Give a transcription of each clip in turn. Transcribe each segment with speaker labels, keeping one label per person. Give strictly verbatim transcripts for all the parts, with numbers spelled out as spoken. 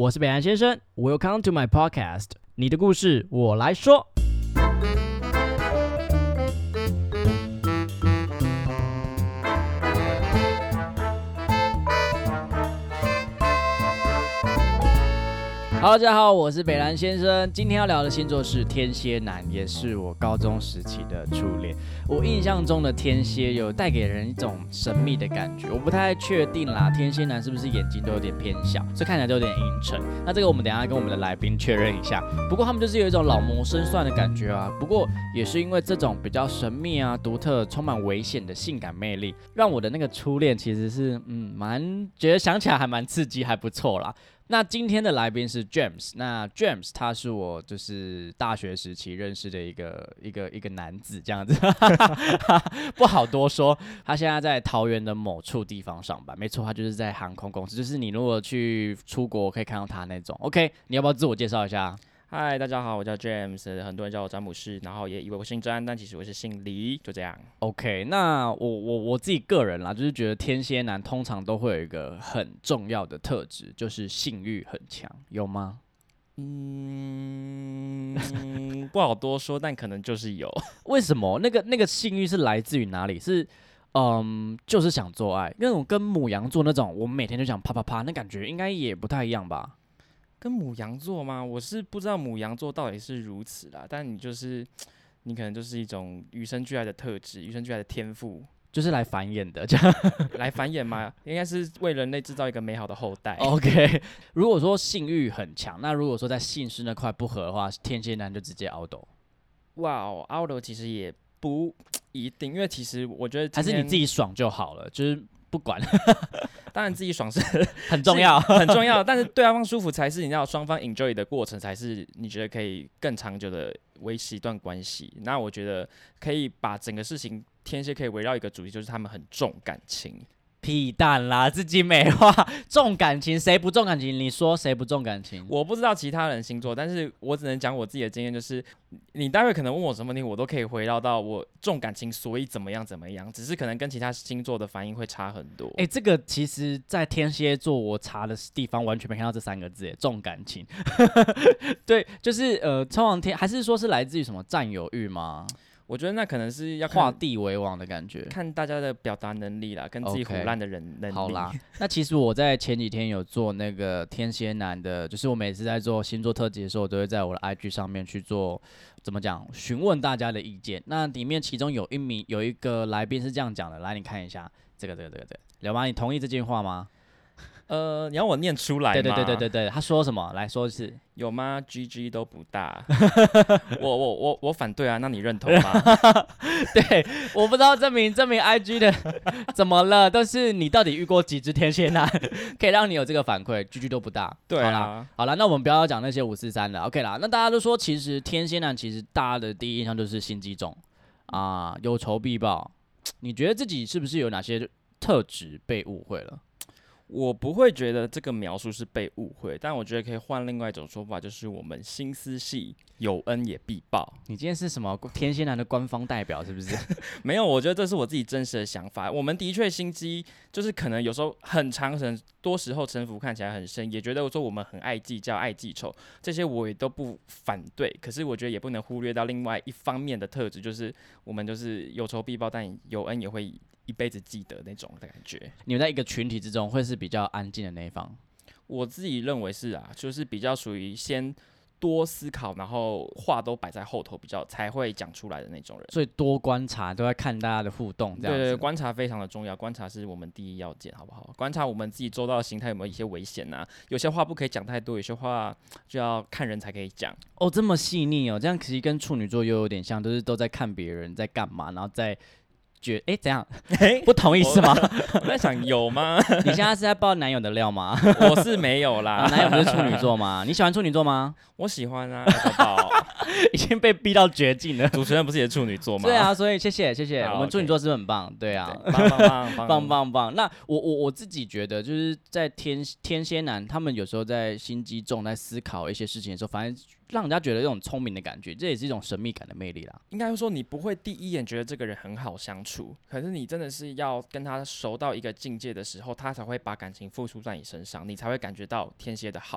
Speaker 1: 我是北岸先生 ，Welcome to my podcast， 你的故事我来说。Hello， 大家好，我是北兰先生。今天要聊的星座是天蝎男，也是我高中时期的初恋。我印象中的天蝎有带给人一种神秘的感觉，我不太确定啦，天蝎男是不是眼睛都有点偏小，所以看起来就有点阴沉。那这个我们等一下跟我们的来宾确认一下。不过他们就是有一种老谋深算的感觉啊。不过也是因为这种比较神秘啊、独特、充满危险的性感魅力，让我的那个初恋其实是嗯蛮觉得想起来还蛮刺激，还不错啦。那今天的来宾是 James， 那 James 他是我就是大学时期认识的一个一个一个男子，这样子，不好多说。他现在在桃园的某处地方上班，没错，他就是在航空公司，就是你如果去出国可以看到他那种。OK， 你要不要自我介绍一下？
Speaker 2: 嗨，大家好，我叫 James， 很多人叫我詹姆士，然后也以为我姓詹，但其实我是姓李，就这样。
Speaker 1: OK， 那我我我自己个人啦，就是觉得天蝎男通常都会有一个很重要的特质，就是性欲很强，有吗？
Speaker 2: 嗯，不好多说，但可能就是有。
Speaker 1: 为什么？那个那个性欲是来自于哪里？是嗯，就是想做爱，那种跟牡羊座那种，我们每天就想啪啪啪，那感觉应该也不太一样吧？
Speaker 2: 跟牡羊座吗？我是不知道牡羊座到底是如此啦，但你就是你可能就是一种与生俱来的特质，与生俱来的天赋，
Speaker 1: 就是来繁衍的，这样
Speaker 2: 来繁衍吗？应该是为人类制造一个美好的后代。
Speaker 1: OK， 如果说性欲很强，那如果说在性事那块不合的话，天蝎男就直接凹斗。
Speaker 2: 哇哦，凹斗其实也不一定，因为其实我觉得
Speaker 1: 还是你自己爽就好了，就是不管。
Speaker 2: 当然自己爽是
Speaker 1: 很重要，
Speaker 2: 很重要，但是对方舒服才是你要双方 enjoy 的过程，才是你觉得可以更长久的维持一段关系。那我觉得可以把整个事情天蝎可以围绕一个主题，就是他们很重感情。
Speaker 1: 屁蛋啦，自己美化，重感情，谁不重感情？你说谁不重感情？
Speaker 2: 我不知道其他人星座，但是我只能讲我自己的经验，就是你待会可能问我什么问题，我都可以回到到我重感情，所以怎么样怎么样，只是可能跟其他星座的反应会差很多。
Speaker 1: 哎、欸，这个其实，在天蝎座我查的地方完全没看到这三个字，哎，重感情。对，就是呃，通常天还是说是来自于什么占有欲吗？
Speaker 2: 我觉得那可能是要
Speaker 1: 画地为王的感觉，
Speaker 2: 看大家的表达能力啦，跟自己唬烂的人能力。
Speaker 1: 好啦，那其实我在前几天有做那个天蝎男的，就是我每次在做星座特辑的时候，我都会在我的 I G 上面去做怎么讲，询问大家的意见。那里面其中有一名有一个来宾是这样讲的，来你看一下，这个这个这个这个，刘妈，你同意这句话吗？
Speaker 2: 呃，你要我念出来吗？
Speaker 1: 对对对对对对，他说什么？来说一次。
Speaker 2: 有吗 ？G G 都不大。我我我我反对啊，那你认同吗？
Speaker 1: 对，我不知道这名这名 I G 的怎么了，但是你到底遇过几只天蝎男，可以让你有这个反馈 ？G G 都不大。
Speaker 2: 对啊。
Speaker 1: 好啦，好啦，那我们不要讲那些五四三了 ，OK 啦。那大家都说，其实天蝎男其实大家的第一印象就是心机重啊，有仇必报。你觉得自己是不是有哪些特质被误会了？
Speaker 2: 我不会觉得这个描述是被误会，但我觉得可以换另外一种说法，就是我们心思细，有恩也必报。
Speaker 1: 你今天是什么天蝎男的官方代表是不是？
Speaker 2: 没有，我觉得这是我自己真实的想法。我们的确心机就是可能有时候很长，很多时候城府看起来很深，也觉得说我们很爱计较、爱记仇，这些我也都不反对。可是我觉得也不能忽略到另外一方面的特质，就是我们就是有仇必报，但有恩也会一辈子记得那种的感觉。
Speaker 1: 你们在一个群体之中会是比较安静的那一方？
Speaker 2: 我自己认为是啊，就是比较属于先多思考，然后话都摆在后头，比较才会讲出来的那种人。
Speaker 1: 所以多观察，都在看大家的互动，这样子。
Speaker 2: 对对对，观察非常的重要，观察是我们第一要件，好不好？观察我们自己周遭的形态有没有一些危险啊？有些话不可以讲太多，有些话就要看人才可以讲。
Speaker 1: 哦，这么细腻哦，这样其实跟处女座又有点像，都是都在看别人在干嘛，然后再。觉哎、欸、怎样？不同意是吗？
Speaker 2: 我在想有吗？
Speaker 1: 你现在是在爆男友的料吗？
Speaker 2: 我是没有啦。
Speaker 1: 啊、男友不是处女座吗？你喜欢处女座吗？
Speaker 2: 我喜欢啊，宝宝
Speaker 1: 已经被逼到绝境了。
Speaker 2: 主持人不是也是处女座吗？
Speaker 1: 对啊，所以谢谢谢谢，我们处女座是很棒，对啊，对棒棒棒棒棒棒棒。那我我我自己觉得，就是在天天蝎男，他们有时候在心机重，在思考一些事情的时候，反正让人家觉得这种聪明的感觉，这也是一种神秘感的魅力啦。
Speaker 2: 应该说，你不会第一眼觉得这个人很好相处，可是你真的是要跟他熟到一个境界的时候，他才会把感情付出在你身上，你才会感觉到天蝎的好。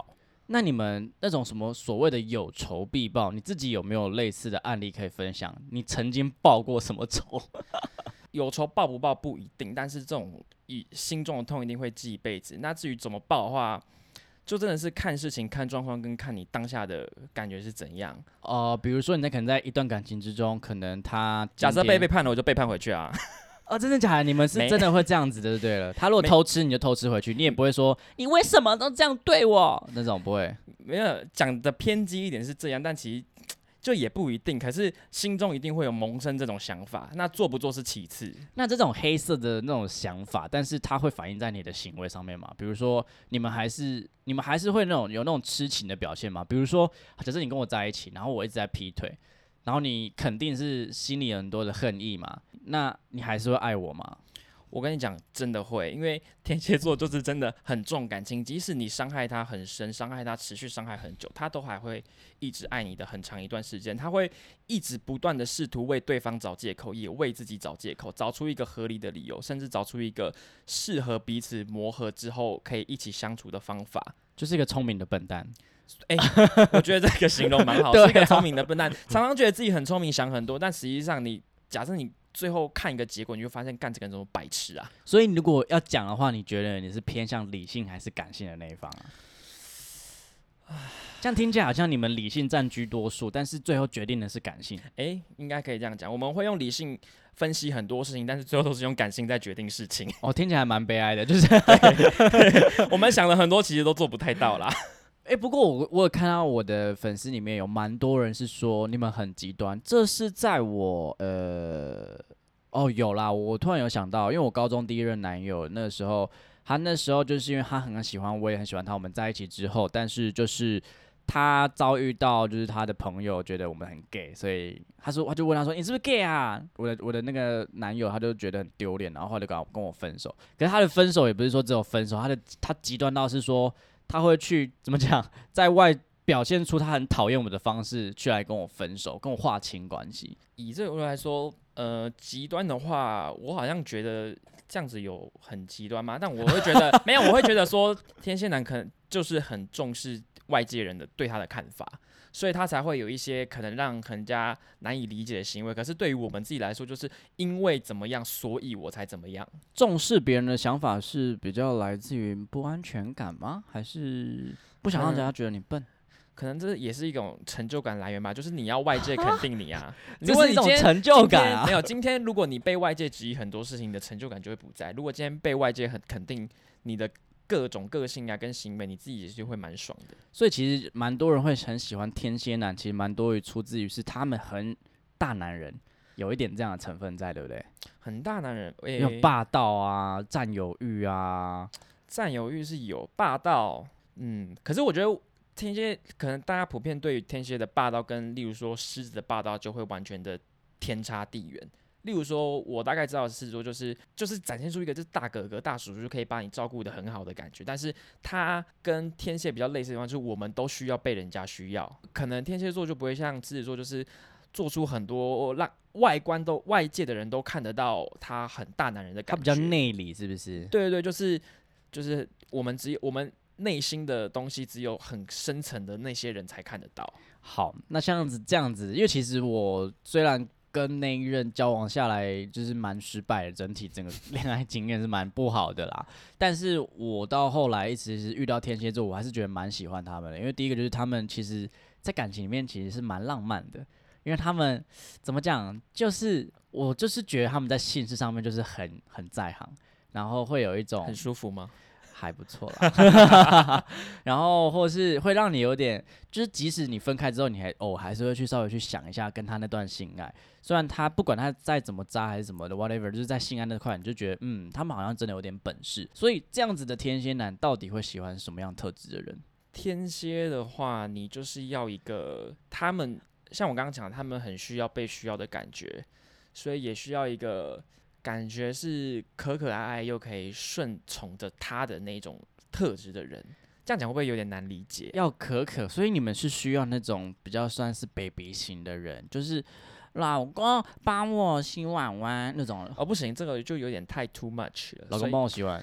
Speaker 1: 那你们那种什么所谓的有仇必报，你自己有没有类似的案例可以分享？你曾经报过什么仇？
Speaker 2: 有仇报不报不一定，但是这种以心中的痛一定会记一辈子。那至于怎么报的话，就真的是看事情、看状况，跟看你当下的感觉是怎样。
Speaker 1: 哦、呃，比如说你在可能在一段感情之中，可能他
Speaker 2: 假设被背叛了，我就背叛回去啊。
Speaker 1: 哦，真的假的？你们是真的会这样子的，就对了。他如果偷吃，你就偷吃回去，你也不会说你为什么都这样对我那种，不会。
Speaker 2: 没有讲的偏激一点是这样，但其实就也不一定。可是心中一定会有萌生这种想法，那做不做是其次。
Speaker 1: 那这种黑色的那种想法，但是它会反映在你的行为上面吗？比如说，你们还是你们还是会那种有那种痴情的表现吗？比如说，假设你跟我在一起，然后我一直在劈腿，然后你肯定是心里有很多的恨意嘛，那你还是会爱我吗？
Speaker 2: 我跟你讲，真的会，因为天蝎座就是真的很重感情，即使你伤害他很深，伤害他持续伤害很久，他都还会一直爱你的很长一段时间，他会一直不断的试图为对方找借口，也为自己找借口，找出一个合理的理由，甚至找出一个适合彼此磨合之后可以一起相处的方法。
Speaker 1: 就是一个聪明的笨蛋。
Speaker 2: 哎、欸，我觉得这个形容蛮好，
Speaker 1: 对啊、
Speaker 2: 是一个聪明的笨蛋，常常觉得自己很聪明，想很多，但实际上你假设你最后看一个结果，你就发现干这个人怎么白痴啊！
Speaker 1: 所以如果要讲的话，你觉得你是偏向理性还是感性的那一方啊？这样听起来好像你们理性占居多数，但是最后决定的是感性。
Speaker 2: 哎、欸，应该可以这样讲，我们会用理性分析很多事情，但是最后都是用感性在决定事情。
Speaker 1: 哦，听起来蛮悲哀的，就是
Speaker 2: 我们想了很多，其实都做不太到啦。
Speaker 1: 哎、欸，不过我我有看到我的粉丝里面有蛮多人是说你们很极端，这是在我呃哦有啦，我突然有想到，因为我高中第一任男友那时候，他那时候就是因为他很喜欢我，也很喜欢他，我们在一起之后，但是就是他遭遇到就是他的朋友觉得我们很 gay， 所以他说他就问他说你是不是 gay 啊？我的我的那个男友他就觉得很丢脸，然后后来就跟我跟我分手。可是他的分手也不是说只有分手，他的他极端到是说。他会去怎么讲，在外表现出他很讨厌我的方式，去来跟我分手，跟我划清关系。
Speaker 2: 以这个来说，呃，极端的话，我好像觉得这样子有很极端吗？但我会觉得没有，我会觉得说天蝎男可能就是很重视外界人的对他的看法，所以他才会有一些可能让人家难以理解的行为。可是对于我们自己来说，就是因为怎么样，所以我才怎么样。
Speaker 1: 重视别人的想法是比较来自于不安全感吗？还是不想让人家觉得你笨？
Speaker 2: 可能这也是一种成就感来源吧，就是你要外界肯定你啊，
Speaker 1: 这是一种成就感啊。
Speaker 2: 没有，今天如果你被外界质疑很多事情，你的成就感就会不在。如果今天被外界很肯定你的各种个性啊跟行为，你自己也是会蛮爽的。
Speaker 1: 所以其实蛮多人会很喜欢天蝎男，其实蛮多于出自于是他们很大男人，有一点这样的成分在，对不对？
Speaker 2: 很大男人，欸、
Speaker 1: 有霸道啊，占有欲啊，
Speaker 2: 占有欲是有霸道，嗯，可是我觉得天蝎可能大家普遍对于天蝎的霸道跟例如说狮子的霸道就会完全的天差地远。例如说，我大概知道的狮子座就是就是展现出一个就是大哥哥、大叔叔就可以把你照顾得很好的感觉，但是他跟天蝎比较类似的地方，就是我们都需要被人家需要。可能天蝎座就不会像狮子座，就是做出很多让外观都外界的人都看得到他很大男人的感觉。
Speaker 1: 他比较内里，是不是？
Speaker 2: 对对对，就是就是我们只有我们内心的东西，只有很深层的那些人才看得到。
Speaker 1: 好，那像子这样子，因为其实我虽然跟那一任交往下来就是蛮失败的，整体整个恋爱经验是蛮不好的啦。但是我到后来一直是遇到天蝎座，我还是觉得蛮喜欢他们的，因为第一个就是他们其实在感情里面其实是蛮浪漫的，因为他们怎么讲，就是我就是觉得他们在性事上面就是很很在行，然后会有一种
Speaker 2: 很舒服吗？
Speaker 1: 还不错啦，然后或是会让你有点，就是即使你分开之后，你还哦还是会去稍微去想一下跟他那段性爱，虽然他不管他再怎么渣还是怎么的 whatever， 就是在性爱那块你就觉得嗯，他们好像真的有点本事，所以这样子的天蝎男到底会喜欢什么样特质的人？
Speaker 2: 天蝎的话，你就是要一个他们像我刚刚讲，他们很需要被需要的感觉，所以也需要一个感觉是可可爱爱又可以顺从着他的那种特质的人。这样讲会不会有点难理解？
Speaker 1: 要可可，所以你们是需要那种比较算是 baby 型的人，就是老公帮我洗碗碗那种。
Speaker 2: 哦，不行，这个就有点太 too much 了。
Speaker 1: 老公帮我洗碗。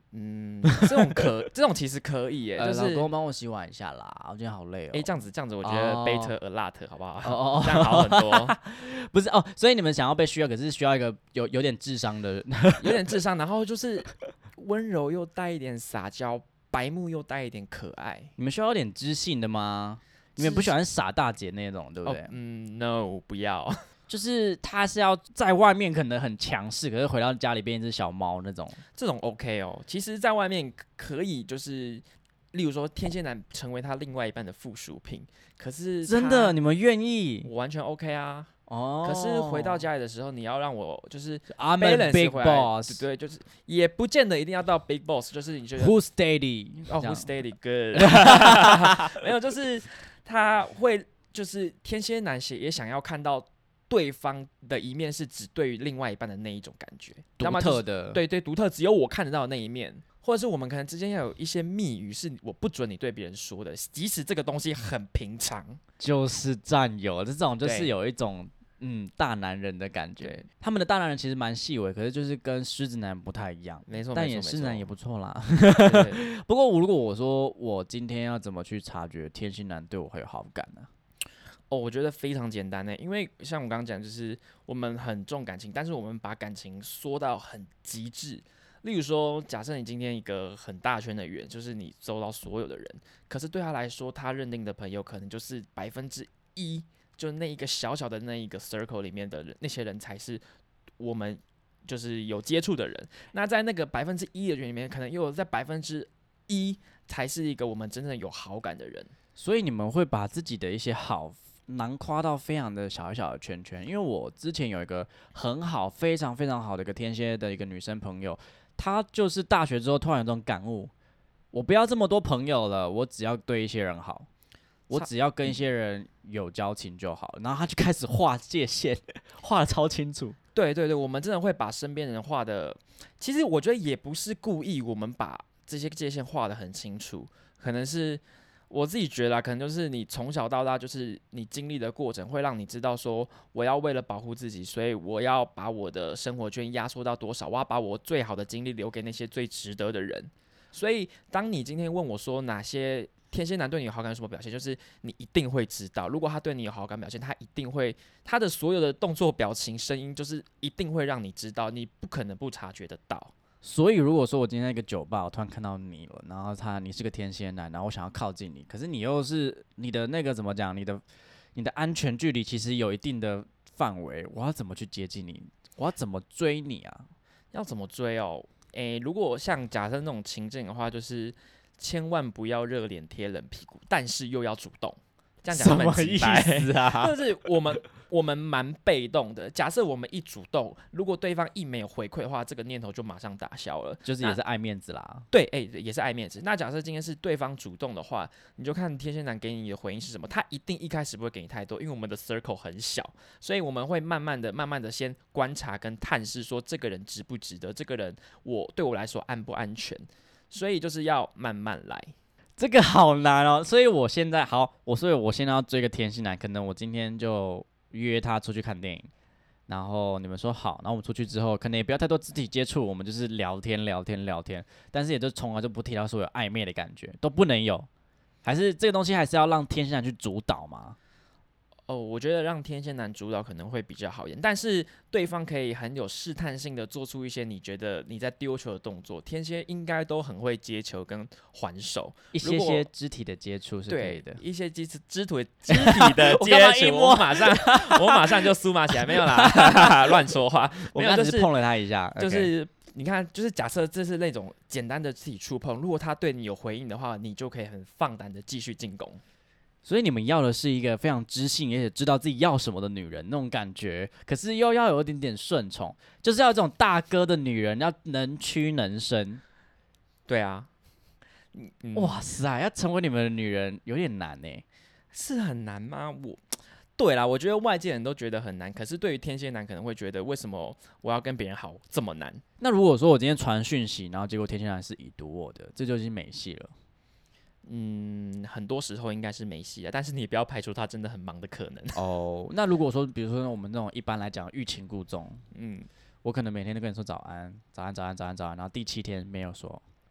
Speaker 2: 嗯，这种可这种其实可以耶，
Speaker 1: 呃，
Speaker 2: 就是
Speaker 1: 老公帮我洗碗一下啦，我今天好累哦。
Speaker 2: 哎、这样子这样子，我觉得
Speaker 1: 哦
Speaker 2: better a lot 好不好？
Speaker 1: 哦哦
Speaker 2: 这样好很多，
Speaker 1: 不是哦，所以你们想要被需要，可是需要一个有有点智商的人。
Speaker 2: 有点智商，然后就是温柔又带一点撒娇，白目又带一点可爱。
Speaker 1: 你们需要有点知性的吗？你们不喜欢傻大姐那种，对不对？
Speaker 2: 哦，嗯，no，不要。
Speaker 1: 就是他是要在外面可能很强势，可是回到家里变一只小猫那种。
Speaker 2: 这种 OK 哦。其实，在外面可以就是，例如说天蝎男成为他另外一半的附属品，可是
Speaker 1: 真的，你们愿意？
Speaker 2: 我完全 OK 啊。
Speaker 1: 哦。
Speaker 2: 可是回到家里的时候，你要让我就是
Speaker 1: I'm a
Speaker 2: balance
Speaker 1: big
Speaker 2: 回来
Speaker 1: boss，
Speaker 2: 对，就是也不见得一定要到 big boss，就是你觉得
Speaker 1: Who's daddy？
Speaker 2: 哦，Who's daddy good？ 没有，就是他会就是天蝎男也想要看到对方的一面，是只对于另外一半的那一种感觉，
Speaker 1: 独特的，
Speaker 2: 就是、对对，独特，只有我看得到的那一面，或者是我们可能之间要有一些密语，是我不准你对别人说的，即使这个东西很平常，
Speaker 1: 就是占有，这种就是
Speaker 2: 对
Speaker 1: 有一种嗯大男人的感觉。他们的大男人其实蛮细微，可是就是跟狮子男不太一样，
Speaker 2: 没错，
Speaker 1: 但也
Speaker 2: 没错
Speaker 1: 狮子男也不错啦。
Speaker 2: 对对对
Speaker 1: 不过我如果我说我今天要怎么去察觉天蝎男对我会有好感呢、
Speaker 2: 哦，我觉得非常简单呢，因为像我刚刚讲，就是我们很重感情，但是我们把感情缩到很极致。例如说，假设你今天一个很大圈的缘，就是你周到所有的人，可是对他来说，他认定的朋友可能就是百分之一，就那一个小小的那一个 circle 里面的人，那些人才是我们就是有接触的人。那在那个百分之一的人里面，可能又有在百分之一才是一个我们真正有好感的人。
Speaker 1: 所以你们会把自己的一些好囊括到非常的小小的圈圈。因为我之前有一个很好、非常非常好的一个天蝎的一个女生朋友，她就是大学之后突然有这种感悟：我不要这么多朋友了，我只要对一些人好，我只要跟一些人有交情就好。然后她就开始画界限，画的超清楚。
Speaker 2: 对对对，我们真的会把身边人画的，其实我觉得也不是故意，我们把这些界限画的很清楚，可能是我自己觉得啦，可能就是你从小到大，就是你经历的过程，会让你知道说，我要为了保护自己，所以我要把我的生活圈压缩到多少，我要把我最好的精力留给那些最值得的人。所以，当你今天问我说哪些天蝎男对你有好感有什么表现，就是你一定会知道。如果他对你有好感表现，他一定会他的所有的动作、表情、声音，就是一定会让你知道，你不可能不察觉得到。
Speaker 1: 所以如果说我今天在一个酒吧，我突然看到你了，然后他你是个天蝎男，然后我想要靠近你，可是你又是你的那个怎么讲，你的你的安全距离其实有一定的范围，我要怎么去接近你？我要怎么追你啊？
Speaker 2: 要怎么追哦？诶，如果像假设那种情境的话，就是千万不要热脸贴冷屁股，但是又要主动。这样讲
Speaker 1: 什么意思啊？
Speaker 2: 就是我们我们蛮被动的。假设我们一主动，如果对方一没有回馈的话，这个念头就马上打消了。
Speaker 1: 就是也是爱面子啦。
Speaker 2: 对，哎、欸，也是爱面子。那假设今天是对方主动的话，你就看天蝎男给你的回应是什么。他一定一开始不会给你太多，因为我们的 circle 很小，所以我们会慢慢的、慢慢的先观察跟探视，说这个人值不值得，这个人我对我来说安不安全。所以就是要慢慢来。
Speaker 1: 这个好难哦，所以我现在好，我所以我现在要追个天蝎男，可能我今天就约他出去看电影，然后你们说好，然后我们出去之后，可能也不要太多肢体接触，我们就是聊天聊天聊天，但是也就从来就不提到说有暧昧的感觉，都不能有，还是这个东西还是要让天蝎男去主导嘛？
Speaker 2: 哦，我觉得让天蝎男主导可能会比较好一点，但是对方可以很有试探性的做出一些你觉得你在丢球的动作，天蝎应该都很会接球跟还手，
Speaker 1: 一些些肢体的接触是可以的，
Speaker 2: 一些肢肢体肢体的接触，我, 我马上我马上就酥麻起来，没有啦，乱说话，
Speaker 1: 我刚才只是碰了他一下，
Speaker 2: 就是。你看，就是假设这是那种简单的肢体触碰，如果他对你有回应的话，你就可以很放胆的继续进攻。
Speaker 1: 所以你们要的是一个非常知性，而且知道自己要什么的女人那种感觉，可是又要有一点点顺从，就是要这种大哥的女人，要能屈能伸。
Speaker 2: 对啊，
Speaker 1: 嗯、哇塞，要成为你们的女人有点难呢，
Speaker 2: 是很难吗？我。对啦，我觉得外界人都觉得很难，可是对于天蝎男可能会觉得，为什么我要跟别人好这么难？
Speaker 1: 那如果说我今天传讯息，然后结果天蝎男是已读我的，这就已经没戏了。
Speaker 2: 嗯，很多时候应该是没戏啊，但是你不要排除他真的很忙的可能。
Speaker 1: 哦，那如果说，比如说我们这种一般来讲欲擒故纵，
Speaker 2: 嗯，
Speaker 1: 我可能每天都跟你说早安，早安，早安，早安，早安，然后第七天没有说，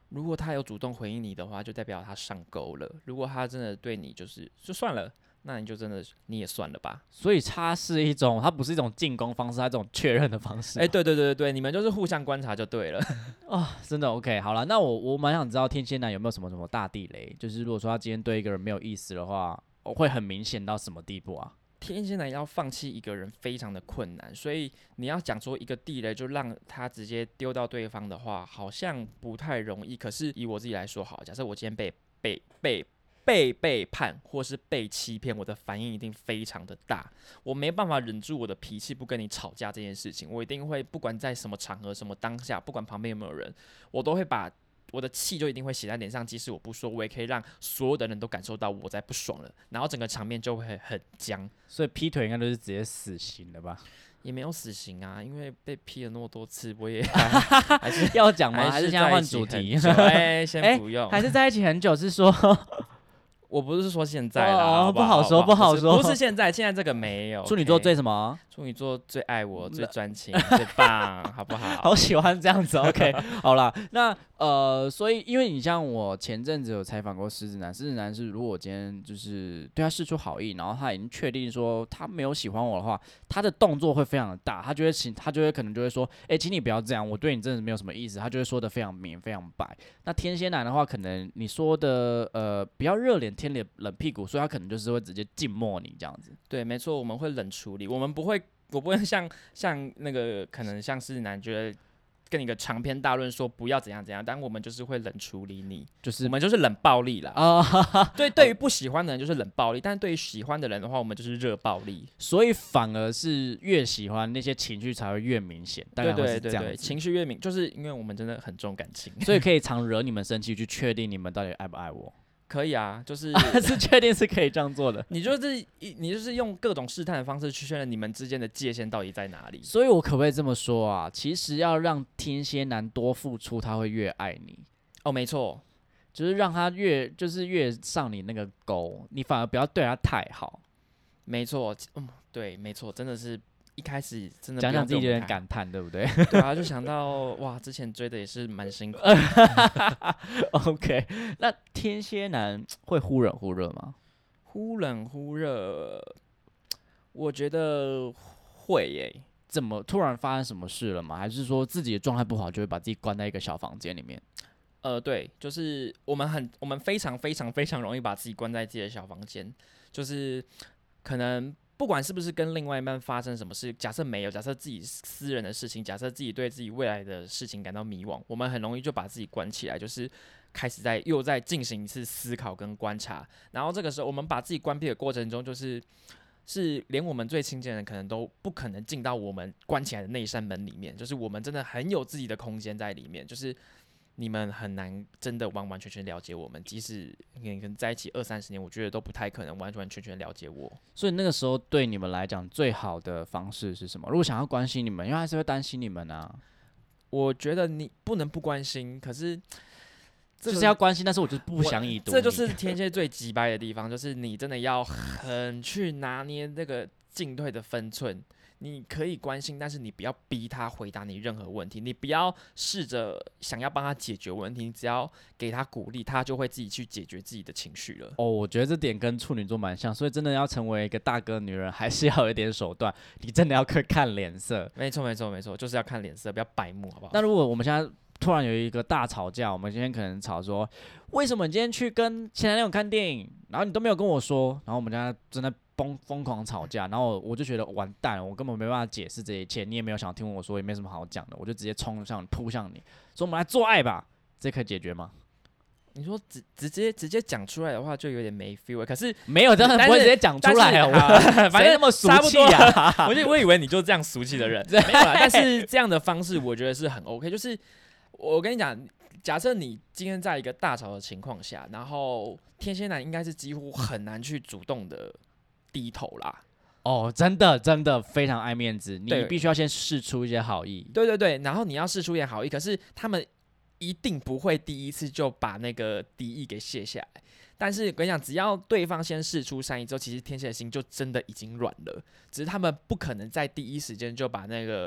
Speaker 2: 如果他有主动回应你的话，就代表他上钩了；如果他真的对你就是就算了，那你就真的你也算了吧。
Speaker 1: 所以它是一种，它不是一种进攻方式，它这种确认的方式。
Speaker 2: 哎、欸，对对对对对，你们就是互相观察就对了。
Speaker 1: 哦，真的 OK， 好了，那我我蛮想知道天蝎男有没有什么什么大地雷，就是如果说他今天对一个人没有意思的话，会很明显到什么地步啊？
Speaker 2: 天蝎男要放弃一个人非常的困难，所以你要讲说一个地雷就让他直接丢到对方的话，好像不太容易。可是以我自己来说，好，假设我今天被被被被背叛或是被欺骗，我的反应一定非常的大，我没办法忍住我的脾气不跟你吵架这件事情，我一定会不管在什么场合、什么当下，不管旁边有没有人，我都会把我的气就一定会写在脸上，即使我不说，我也可以让所有的人都感受到我在不爽了，然后整个场面就会很僵。
Speaker 1: 所以劈腿应该都是直接死刑的吧？
Speaker 2: 也没有死刑啊，因为被劈了那么多次，我也还, 还是
Speaker 1: 要讲吗？还是现在换主题？哎、
Speaker 2: 欸，先不用、欸。
Speaker 1: 还是在一起很久？是说？
Speaker 2: 我不是说现在啦，
Speaker 1: 哦，
Speaker 2: 好不好
Speaker 1: 不好说，不好说，
Speaker 2: 不是现在，现在这个没有。
Speaker 1: 处女座最什么？
Speaker 2: 处女座最爱我，最专情，最棒，好不好？
Speaker 1: 好喜欢这样子 ，OK， 好啦，那呃，所以因为你像我前阵子有采访过狮子男，狮子男是如果我今天就是对他释出好意，然后他已经确定说他没有喜欢我的话，他的动作会非常的大，他就会请，他就会可能就会说，哎、欸，请你不要这样，我对你真的没有什么意思，他就会说的非常明，非常白。那天蝎男的话，可能你说的呃比较热脸贴冷屁股，所以他可能就是会直接静默你这样子。
Speaker 2: 对，没错，我们会冷处理，我们不会。我不会像像那个可能像狮子男觉得跟你个长篇大论说不要怎样怎样，但我们就是会冷处理你，就是我们就是冷暴力啦。啊、哦，对，对于不喜欢的人就是冷暴力，但是对于喜欢的人的话，我们就是热暴力。
Speaker 1: 所以反而是越喜欢那些情绪才会越明显，大概会是这样子。
Speaker 2: 对对对对，情绪越明，就是因为我们真的很重感情，
Speaker 1: 所以可以常惹你们生气，去确定你们到底爱不爱我。
Speaker 2: 可以啊，就是
Speaker 1: 是确定是可以这样做的。
Speaker 2: 你就是你就是用各种试探的方式去确认你们之间的界限到底在哪里。
Speaker 1: 所以我可不可以这么说啊？其实要让天蝎男多付出，他会越爱你。
Speaker 2: 哦，没错，
Speaker 1: 就是让他越就是越上你那个钩，你反而不要对他太好。
Speaker 2: 没错，嗯，对，没错，真的是。一开始真的
Speaker 1: 讲讲自己有点感叹，对不对？
Speaker 2: 对啊，就想到哇，之前追的也是蛮辛苦的。
Speaker 1: OK， 那天蝎男会忽冷忽热吗？
Speaker 2: 忽冷忽热，我觉得会耶、欸。
Speaker 1: 怎么突然发生什么事了吗？还是说自己的状态不好，就会把自己关在一个小房间里面？
Speaker 2: 呃，对，就是我们很，我们非常非常非常容易把自己关在自己的小房间，就是可能。不管是不是跟另外一半发生什么事，假设没有，假设自己私人的事情，假设自己对自己未来的事情感到迷惘，我们很容易就把自己关起来，就是开始在又在进行一次思考跟观察。然后这个时候，我们把自己关闭的过程中，就是是连我们最亲近的人可能都不可能进到我们关起来的那一扇门里面，就是我们真的很有自己的空间在里面，就是。你们很难真的完完全全了解我们，即使你跟在一起二三十年，我觉得都不太可能完完全全了解我。
Speaker 1: 所以那个时候对你们来讲，最好的方式是什么？如果想要关心你们，因为还是会担心你们啊。
Speaker 2: 我觉得你不能不关心，可是、
Speaker 1: 这個、就是要关心，但是我就是不想已读。
Speaker 2: 这就是天蝎最鸡掰的地方，就是你真的要很去拿捏那个进退的分寸。你可以关心，但是你不要逼他回答你任何问题，你不要试着想要帮他解决问题，你只要给他鼓励，他就会自己去解决自己的情绪了。
Speaker 1: 哦，我觉得这点跟处女座蛮像，所以真的要成为一个大哥女人，还是要有一点手段，你真的要看脸色。
Speaker 2: 没错，没错，没错，就是要看脸色，不要白目，好不好？
Speaker 1: 那如果我们现在突然有一个大吵架，我们今天可能吵说，为什么你今天去跟前男友看电影，然后你都没有跟我说，然后我们家真的。疯疯狂吵架，然后我就觉得完蛋了，我根本没办法解释这一切，你也没有想听我说，也没什么好讲的，我就直接冲向你，扑向你，说我们来做爱吧，这可以解决吗？
Speaker 2: 你说直直接直接讲出来的话，就有点没 feel。可是
Speaker 1: 没有，真的不会直接讲出来啊！反正那么俗气啊！
Speaker 2: 我就我以为你就是这样俗气的人，没有啦。但是这样的方式，我觉得是很 OK。就是我跟你讲，假设你今天在一个大吵的情况下，然后天蝎男应该是几乎很难去主动的。低头啦，
Speaker 1: 哦，真的真的非常爱面子，你必须要先释出一些好意。
Speaker 2: 对对对，然后你要释出一点好意，可是他们一定不会第一次就把那个敌意给卸下来。但是我跟你讲，只要对方先释出善意之后，其实天蝎的心就真的已经软了，只是他们不可能在第一时间就把那个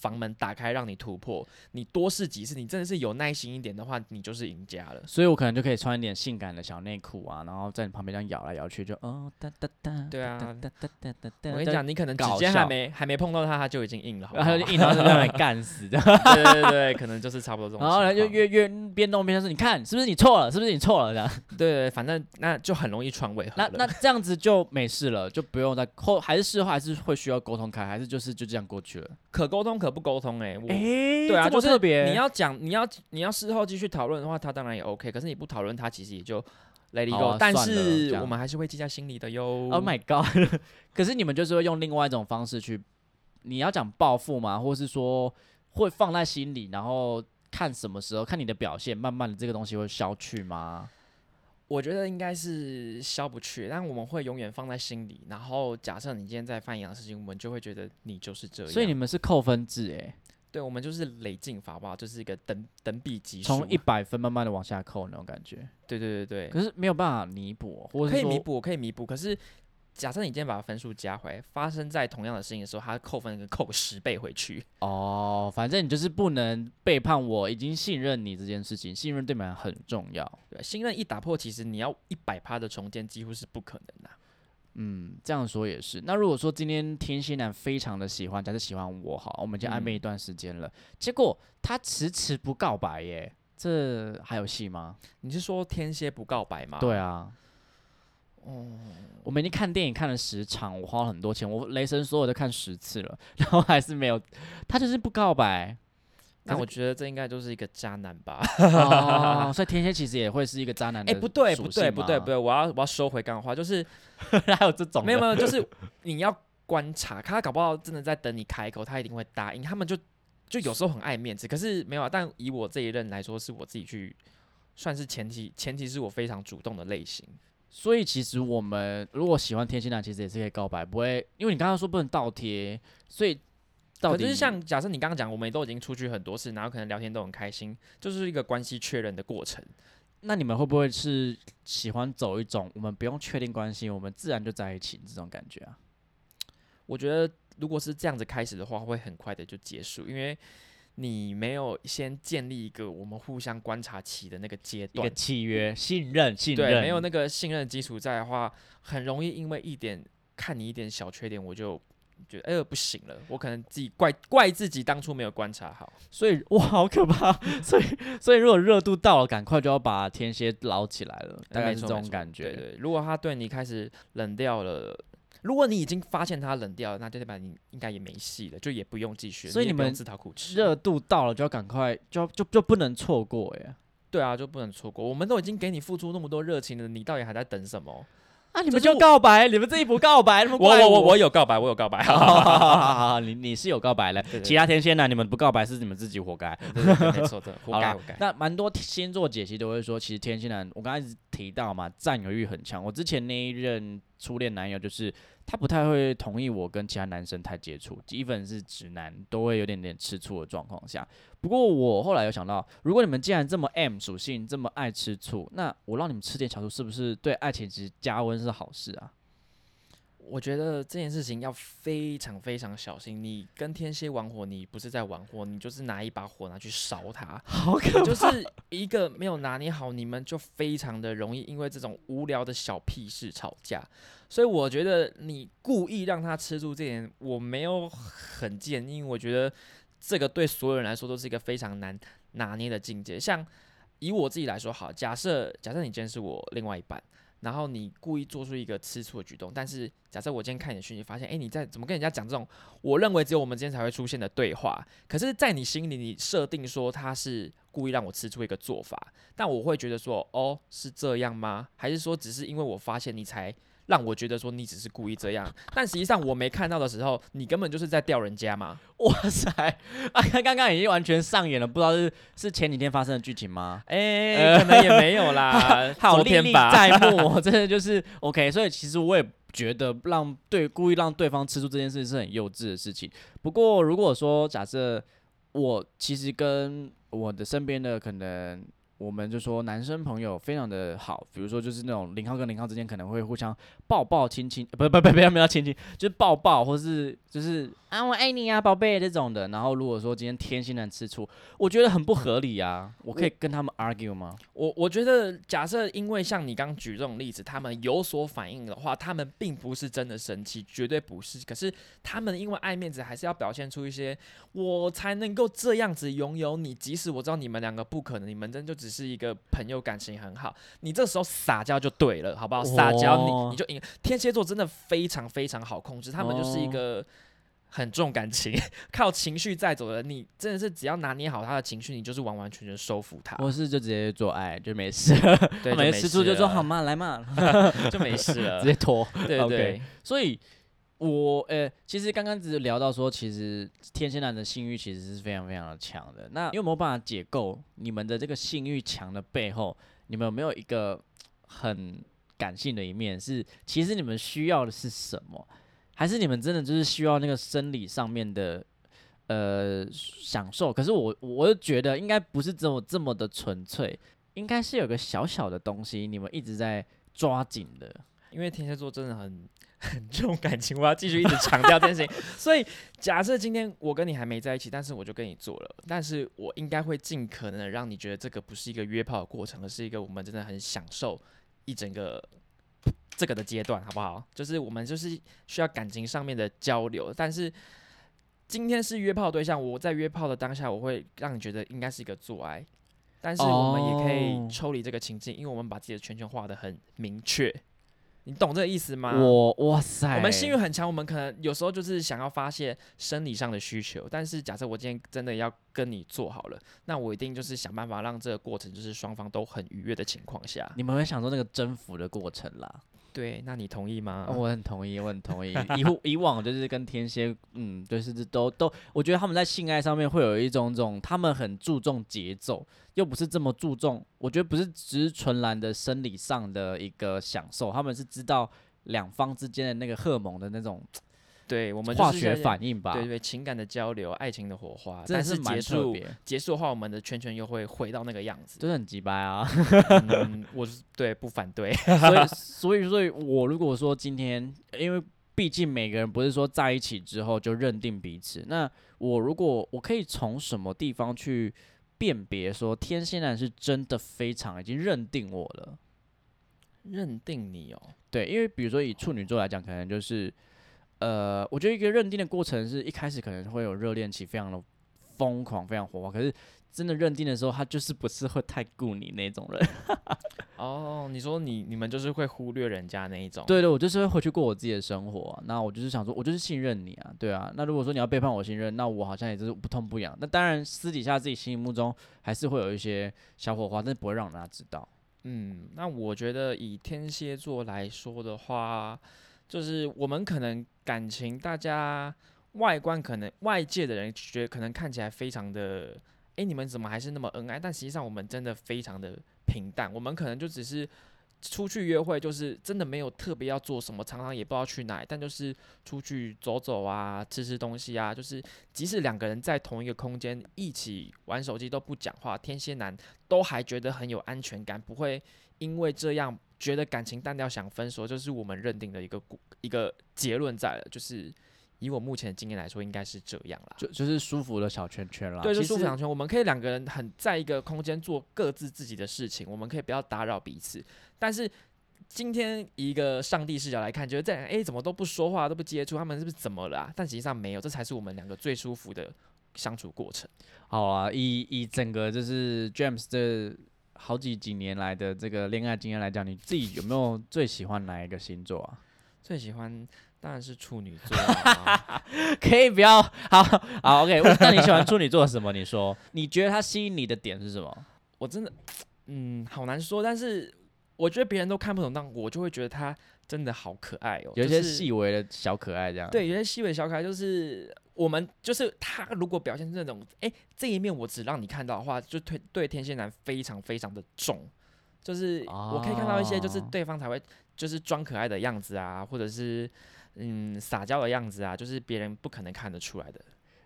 Speaker 2: 房门打开让你突破，你多试几次，你真的是有耐心一点的话，你就是赢家了。
Speaker 1: 所以我可能就可以穿一点性感的小内裤啊，然后在你旁边这样摇来摇去，就哦哒哒哒。
Speaker 2: 对啊，
Speaker 1: 哒哒哒哒哒
Speaker 2: 我跟你讲，你可能指尖还没还没碰到它，它就已经硬了，好不好？
Speaker 1: 然后就硬到就让你干死的。
Speaker 2: 对对对对，可能就是差不多这种情况。
Speaker 1: 然后就越越边弄边说，你看是不是你错了，是不是你错了这样。
Speaker 2: 对对对，反正那就很容易串位合
Speaker 1: 那
Speaker 2: 了。
Speaker 1: 那这样子就没事了，就不用再后还是事后还是会需要沟通开，还是就是就这样过去了。
Speaker 2: 可沟通可不沟通哎、欸，
Speaker 1: 哎、欸，
Speaker 2: 对啊，
Speaker 1: 这么特别。
Speaker 2: 就是你要讲，你要你要事后继续讨论的话，他当然也 OK。可是你不讨论，他其实也就 let it go、
Speaker 1: 啊。
Speaker 2: 但是我们还是会记在心里的哟。
Speaker 1: Oh my god！ 可是你们就是会用另外一种方式去，你要讲报复吗？或是说会放在心里，然后看什么时候看你的表现，慢慢的这个东西会消去吗？
Speaker 2: 我觉得应该是消不去，但我们会永远放在心里。然后假设你今天在犯一样的事情，我们就会觉得你就是这样。
Speaker 1: 所以你们是扣分制哎、欸？
Speaker 2: 对，我们就是累进法，好不好？就是一个等等比级数，
Speaker 1: 从一百分慢慢的往下扣那种感觉。
Speaker 2: 对对对对。
Speaker 1: 可是没有办法弥补，或者
Speaker 2: 可以弥补，可以弥补。可是假设你今天把分数加回来，发生在同样的事情的时候，它扣分跟扣十倍回去。
Speaker 1: 哦，反正你就是不能背叛我，已经信任你这件事情，信任对你们很重要。
Speaker 2: 对，信任一打破，其实你要一百趴的重建几乎是不可能的、啊。
Speaker 1: 嗯，这样说也是。那如果说今天天蝎男非常的喜欢，假设喜欢我好，我们已经暧昧一段时间了、嗯，结果他迟迟不告白耶，这还有戏吗？
Speaker 2: 你是说天蝎不告白吗？
Speaker 1: 对啊。
Speaker 2: 哦，
Speaker 1: 我们已经看电影看了十场，我花了很多钱，我雷神所有都看十次了，然后还是没有，他就是不告白。
Speaker 2: 那我觉得这应该就是一个渣男吧。
Speaker 1: 哦，所以天蝎其实也会是一个渣男的。
Speaker 2: 哎、欸，不对，不对，不对，不对，我要我要收回刚刚话，就是
Speaker 1: 还有这种
Speaker 2: 没有没有，就是你要观察，他搞不好真的在等你开口，他一定会答应。他们就就有时候很爱面子，可是没有、啊。但以我这一任来说，是我自己去算是前提，前提是我非常主动的类型。
Speaker 1: 所以其实我们如果喜欢天蝎男，其实也是可以告白，不会，因为你刚刚说不能倒贴，所以。
Speaker 2: 可是像假设你刚刚讲，我们都已经出去很多次，然后可能聊天都很开心，就是一个关系确认的过程。
Speaker 1: 那你们会不会是喜欢走一种我们不用确定关系，我们自然就在一起这种感觉啊？
Speaker 2: 我觉得如果是这样子开始的话，会很快的就结束，因为你没有先建立一个我们互相观察期的那个阶段，
Speaker 1: 一个契约、信任、信任，
Speaker 2: 对，没有那个信任基础在的话，很容易因为一点看你一点小缺点，我就。觉得哎、欸、不行了，我可能自己怪怪自己当初没有观察好，
Speaker 1: 所以哇好可怕，所以所以如果热度到了，赶快就要把天蝎捞起来了，大概是这种感觉。
Speaker 2: 对对，如果他对你开始冷掉了，如果你已经发现他冷掉了，那就代表你应该也没戏了，就也不用继续。
Speaker 1: 所以你们
Speaker 2: 自讨苦吃，
Speaker 1: 热度到了就要赶快，就就就不能错过耶。
Speaker 2: 对啊，就不能错过。我们都已经给你付出那么多热情了，你到底还在等什么？
Speaker 1: 啊！你们就告白，你们自己不告白，我
Speaker 2: 我我我有告白，我有告白。
Speaker 1: 好好好好好，你你是有告白了，其他天蝎男你们不告白是你们自己活该。
Speaker 2: 对对对，没错的，活该活该。
Speaker 1: 那蛮多星座解析都会说，其实天蝎男，我刚才提到嘛，占有欲很强。我之前那一任初恋男友就是他不太会同意我跟其他男生太接触，even是直男都会有点点吃醋的状况下。不过我后来有想到，如果你们既然这么 M 属性，这么爱吃醋，那我让你们吃点小醋，是不是对爱情其实加温是好事啊？
Speaker 2: 我觉得这件事情要非常非常小心。你跟天蝎玩火，你不是在玩火，你就是拿一把火拿去烧它，
Speaker 1: 好可怕！
Speaker 2: 就是一个没有拿捏好，你们就非常的容易因为这种无聊的小屁事吵架。所以我觉得你故意让他吃醋这点，我没有很建议，因为我觉得这个对所有人来说都是一个非常难拿捏的境界。像以我自己来说，好，假设假设你今天是我另外一半。然后你故意做出一个吃醋的举动，但是假设我今天看你的讯息，发现，哎，你在怎么跟人家讲这种我认为只有我们之间才会出现的对话？可是，在你心里，你设定说他是故意让我吃醋一个做法，但我会觉得说，哦，是这样吗？还是说只是因为我发现你才让我觉得说你只是故意这样？但实际上我没看到的时候，你根本就是在吊人家嘛！
Speaker 1: 哇塞，啊，刚刚已经完全上演了，不知道是是前几天发生的剧情吗？
Speaker 2: 哎、欸，可能也没有啦，
Speaker 1: 好
Speaker 2: 昨天吧，
Speaker 1: 历历在目，真的就是 OK。所以其实我也觉得让对故意让对方吃醋这件事是很幼稚的事情。不过如果说假设我其实跟我的身边的可能我们就说男生朋友非常的好，比如说就是那种零号跟零号之间可能会互相抱抱亲亲，不不不不要不要亲亲，就是抱抱或是就是啊我爱你啊宝贝这种的。然后如果说今天天蝎男吃醋，我觉得很不合理啊，我可以跟他们 argue 吗？
Speaker 2: 我我觉得，假设因为像你刚举这种例子，他们有所反应的话，他们并不是真的生气，绝对不是。可是他们因为爱面子，还是要表现出一些我才能够这样子拥有你，即使我知道你们两个不可能，你们真就只是一个朋友，感情很好，你这时候撒娇就对了，好不好？撒娇你你就赢。天蝎座真的非常非常好控制，他们就是一个很重感情，靠情绪在走的人，你真的是只要拿捏好他的情绪，你就是完完全全收服他。
Speaker 1: 或是就直接做爱就没事，
Speaker 2: 对，
Speaker 1: 没吃醋就说好嘛来嘛，
Speaker 2: 就没事了，
Speaker 1: 直接拖。
Speaker 2: 对对对，
Speaker 1: okay. 所以我呃、欸，其实刚刚只是聊到说，其实天蝎男的性欲其实是非常非常的强的。那你有没有办法解构你们的这个性欲强的背后，你们有没有一个很感性的一面？是其实你们需要的是什么？还是你们真的就是需要那个生理上面的呃享受？可是我我就觉得应该不是这么这么的纯粹，应该是有个小小的东西你们一直在抓紧的。
Speaker 2: 因为天蝎座真的很很重感情，我要继续一直强调这件事情。所以假设今天我跟你还没在一起，但是我就跟你做了，但是我应该会尽可能的让你觉得这个不是一个约炮的过程，而是一个我们真的很享受一整个这个的阶段，好不好？就是我们就是需要感情上面的交流，但是今天是约炮对象，我在约炮的当下，我会让你觉得应该是一个做爱，但是我们也可以抽离这个情境，因为我们把自己的圈圈画得很明确。你懂这个意思吗？
Speaker 1: 我哇塞，
Speaker 2: 我们性欲很强，我们可能有时候就是想要发泄生理上的需求，但是假设我今天真的要跟你做好了，那我一定就是想办法让这个过程就是双方都很愉悦的情况下，
Speaker 1: 你们会享受那个征服的过程啦。
Speaker 2: 对，那你同意吗？
Speaker 1: 哦、我很同意，我很同意。以以往就是跟天蝎，嗯，就是都都，我觉得他们在性爱上面会有一种种，他们很注重节奏，又不是这么注重。我觉得不是只是纯然的生理上的一个享受，他们是知道两方之间的那个荷尔蒙的那种。
Speaker 2: 对我们
Speaker 1: 化学反应吧，
Speaker 2: 对对，情感的交流，爱情的火花，
Speaker 1: 真的是蛮特别。
Speaker 2: 结束的话，我们的圈圈又会回到那个样子，
Speaker 1: 真的很鸡掰啊！
Speaker 2: 嗯，我对不反对，
Speaker 1: 所以所以所以，我如果说今天，因为毕竟每个人不是说在一起之后就认定彼此，那我如果我可以从什么地方去辨别说天蝎男是真的非常已经认定我了？
Speaker 2: 认定你哦，
Speaker 1: 对，因为比如说以处女座来讲，可能就是。呃，我觉得一个认定的过程是一开始可能会有热恋期，非常的疯狂，非常火花。可是真的认定的时候，他就是不是会太顾你那种人。
Speaker 2: 哦，你说你你们就是会忽略人家那一种？
Speaker 1: 对对，我就是会回去过我自己的生活、啊。那我就是想说，我就是信任你啊，对啊。那如果说你要背叛我信任，那我好像也就是不痛不痒。那当然，私底下自己心目中还是会有一些小火花，但是不会让人家知道。
Speaker 2: 嗯，那我觉得以天蝎座来说的话。就是我们可能感情，大家外观可能外界的人觉得可能看起来非常的，哎、欸，你们怎么还是那么恩爱？但实际上我们真的非常的平淡。我们可能就只是出去约会，就是真的没有特别要做什么，常常也不知道去哪里，但就是出去走走啊，吃吃东西啊，就是即使两个人在同一个空间一起玩手机都不讲话，天蝎男都还觉得很有安全感，不会因为这样。觉得感情淡掉想分手，就是我们认定的一个一个结论在了，就是以我目前的经验来说，应该是这样啦，
Speaker 1: 就就是舒服的小圈圈啦。
Speaker 2: 对，就舒服小圈圈，我们可以两个人很在一个空间做各自自己的事情，我们可以不要打扰彼此。但是今天以一个上帝视角来看，觉得这两个哎怎么都不说话都不接触，他们是不是怎么了、啊？但实际上没有，这才是我们两个最舒服的相处过程。
Speaker 1: 好啊，以以整个就是 James 的。好几几年来的这个恋爱经验来讲，你自己有没有最喜欢哪一个星座啊？
Speaker 2: 最喜欢当然是处女座、啊，
Speaker 1: 可以不要好好 OK？ 那你喜欢处女座什么？你说，你觉得他吸引你的点是什么？
Speaker 2: 我真的，嗯，好难说，但是我觉得别人都看不懂，但我就会觉得他真的好可爱哦，
Speaker 1: 有一些细微的小可爱这样。
Speaker 2: 对，有些细微的小可爱就是。我们就是他，如果表现这种，哎、欸，这一面我只让你看到的话，就对对天蝎男非常非常的重，就是我可以看到一些，就是对方才会就是装可爱的样子啊，或者是嗯撒娇的样子啊，就是别人不可能看得出来的。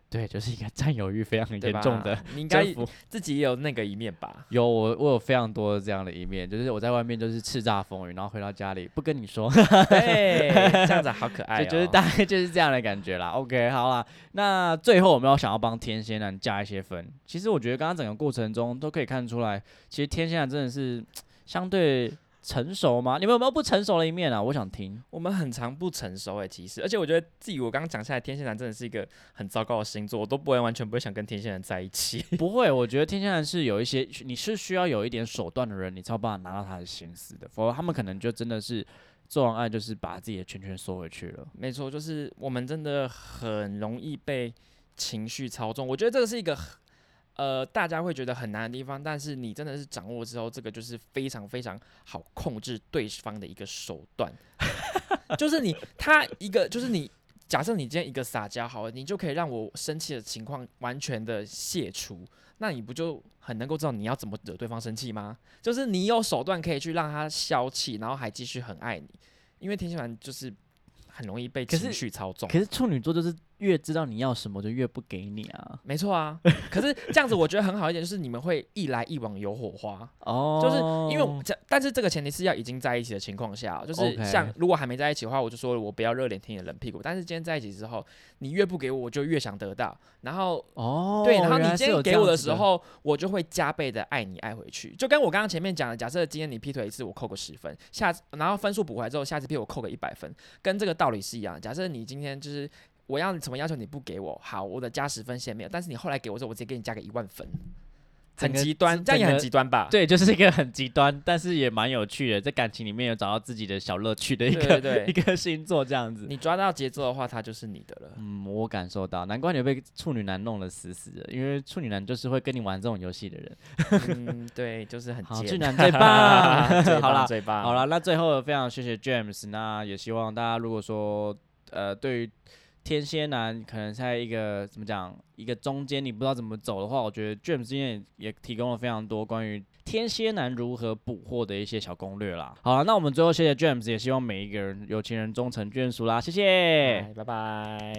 Speaker 1: 对，就是一个占有欲非常严重的，
Speaker 2: 你应该自己也有那个一面吧？
Speaker 1: 有，我我有非常多这样的一面，就是我在外面就是叱咤风云，然后回到家里不跟你说，
Speaker 2: 对，这样子好可爱、哦，
Speaker 1: 就就是大概就是这样的感觉啦。OK， 好啦，那最后我们要想要帮天蝎男加一些分，其实我觉得刚刚整个过程中都可以看出来，其实天蝎男真的是相对。成熟吗？你们有没有不成熟的一面啊？我想听。
Speaker 2: 我们很常不成熟哎、欸，其实，而且我觉得自己我刚刚讲下来，天蝎男真的是一个很糟糕的星座，我都不会完全不会想跟天蝎男在一起。
Speaker 1: 不会，我觉得天蝎男是有一些，你是需要有一点手段的人，你才有办法拿到他的心思的，否则他们可能就真的是做完爱就是把自己的圈圈缩回去了。
Speaker 2: 没错，就是我们真的很容易被情绪操纵，我觉得这个是一个。呃，大家会觉得很难的地方，但是你真的是掌握之后，这个就是非常非常好控制对方的一个手段。就是你他一个，就是你假设你今天一个撒娇好了，你就可以让我生气的情况完全的卸除，那你不就很能够知道你要怎么惹对方生气吗？就是你有手段可以去让他消气，然后还继续很爱你，因为天蝎男就是很容易被情绪操纵。
Speaker 1: 可是处女座就是越知道你要什么就越不给你啊。
Speaker 2: 没错啊，可是这样子我觉得很好一点，就是你们会一来一往有火花哦，就是因为这，但是这个前提是要已经在一起的情况下，就是像如果还没在一起的话，我就说了我不要热脸贴你的冷屁股，但是今天在一起之后，你越不给我，我就越想得到，然后哦，对，然后你今天给我的时候，我就会加倍的爱你爱回去，就跟我刚刚前面讲的，假设今天你劈腿一次，我扣个十分，下次然后分数补回来之后，下次劈我扣个一百分，跟这个道理是一样的。假设你今天就是我要什么要求你不给我，好，我的加十分先没有，但是你后来给我之后，我直接给你加个一万分，很极端，这样也很极端吧？
Speaker 1: 对，就是一个很极端，但是也蛮有趣的，在感情里面有找到自己的小乐趣的一个
Speaker 2: 对对对
Speaker 1: 一个星座这样子。
Speaker 2: 你抓到节奏的话，它就是你的了。
Speaker 1: 嗯，我感受到，难怪你被处女男弄得死死的，因为处女男就是会跟你玩这种游戏的人。
Speaker 2: 嗯，对，就是很
Speaker 1: 好，处女男最棒，
Speaker 2: 最
Speaker 1: 好啦，
Speaker 2: 最棒。
Speaker 1: 好了，那最后非常谢谢 James， 那也希望大家如果说呃对于天蝎男可能在一个怎么讲，一个中间你不知道怎么走的话，我觉得 James 今天 也, 也提供了非常多关于天蝎男如何捕获的一些小攻略啦。好了，那我们最后谢谢 James， 也希望每一个人有情人终成眷属啦，谢谢，
Speaker 2: 拜拜。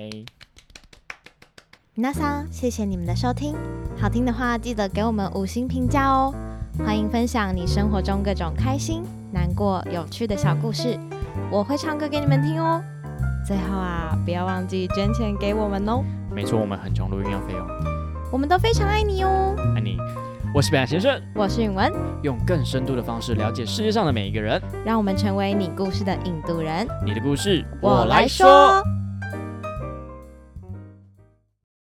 Speaker 3: 皆さん，谢谢你们的收听，好听的话记得给我们五星评价哦。欢迎分享你生活中各种开心、难过、有趣的小故事，我会唱歌给你们听哦。最后啊，不要忘记捐钱给我们哦。
Speaker 1: 没错，我们很穷，录音要费用。
Speaker 3: 我们都非常爱你哦。
Speaker 1: 爱你，我是北海先生，
Speaker 3: 我是允文，
Speaker 1: 用更深度的方式了解世界上的每一个人，
Speaker 3: 让我们成为你故事的引渡人。
Speaker 1: 你的故事，
Speaker 3: 我来说。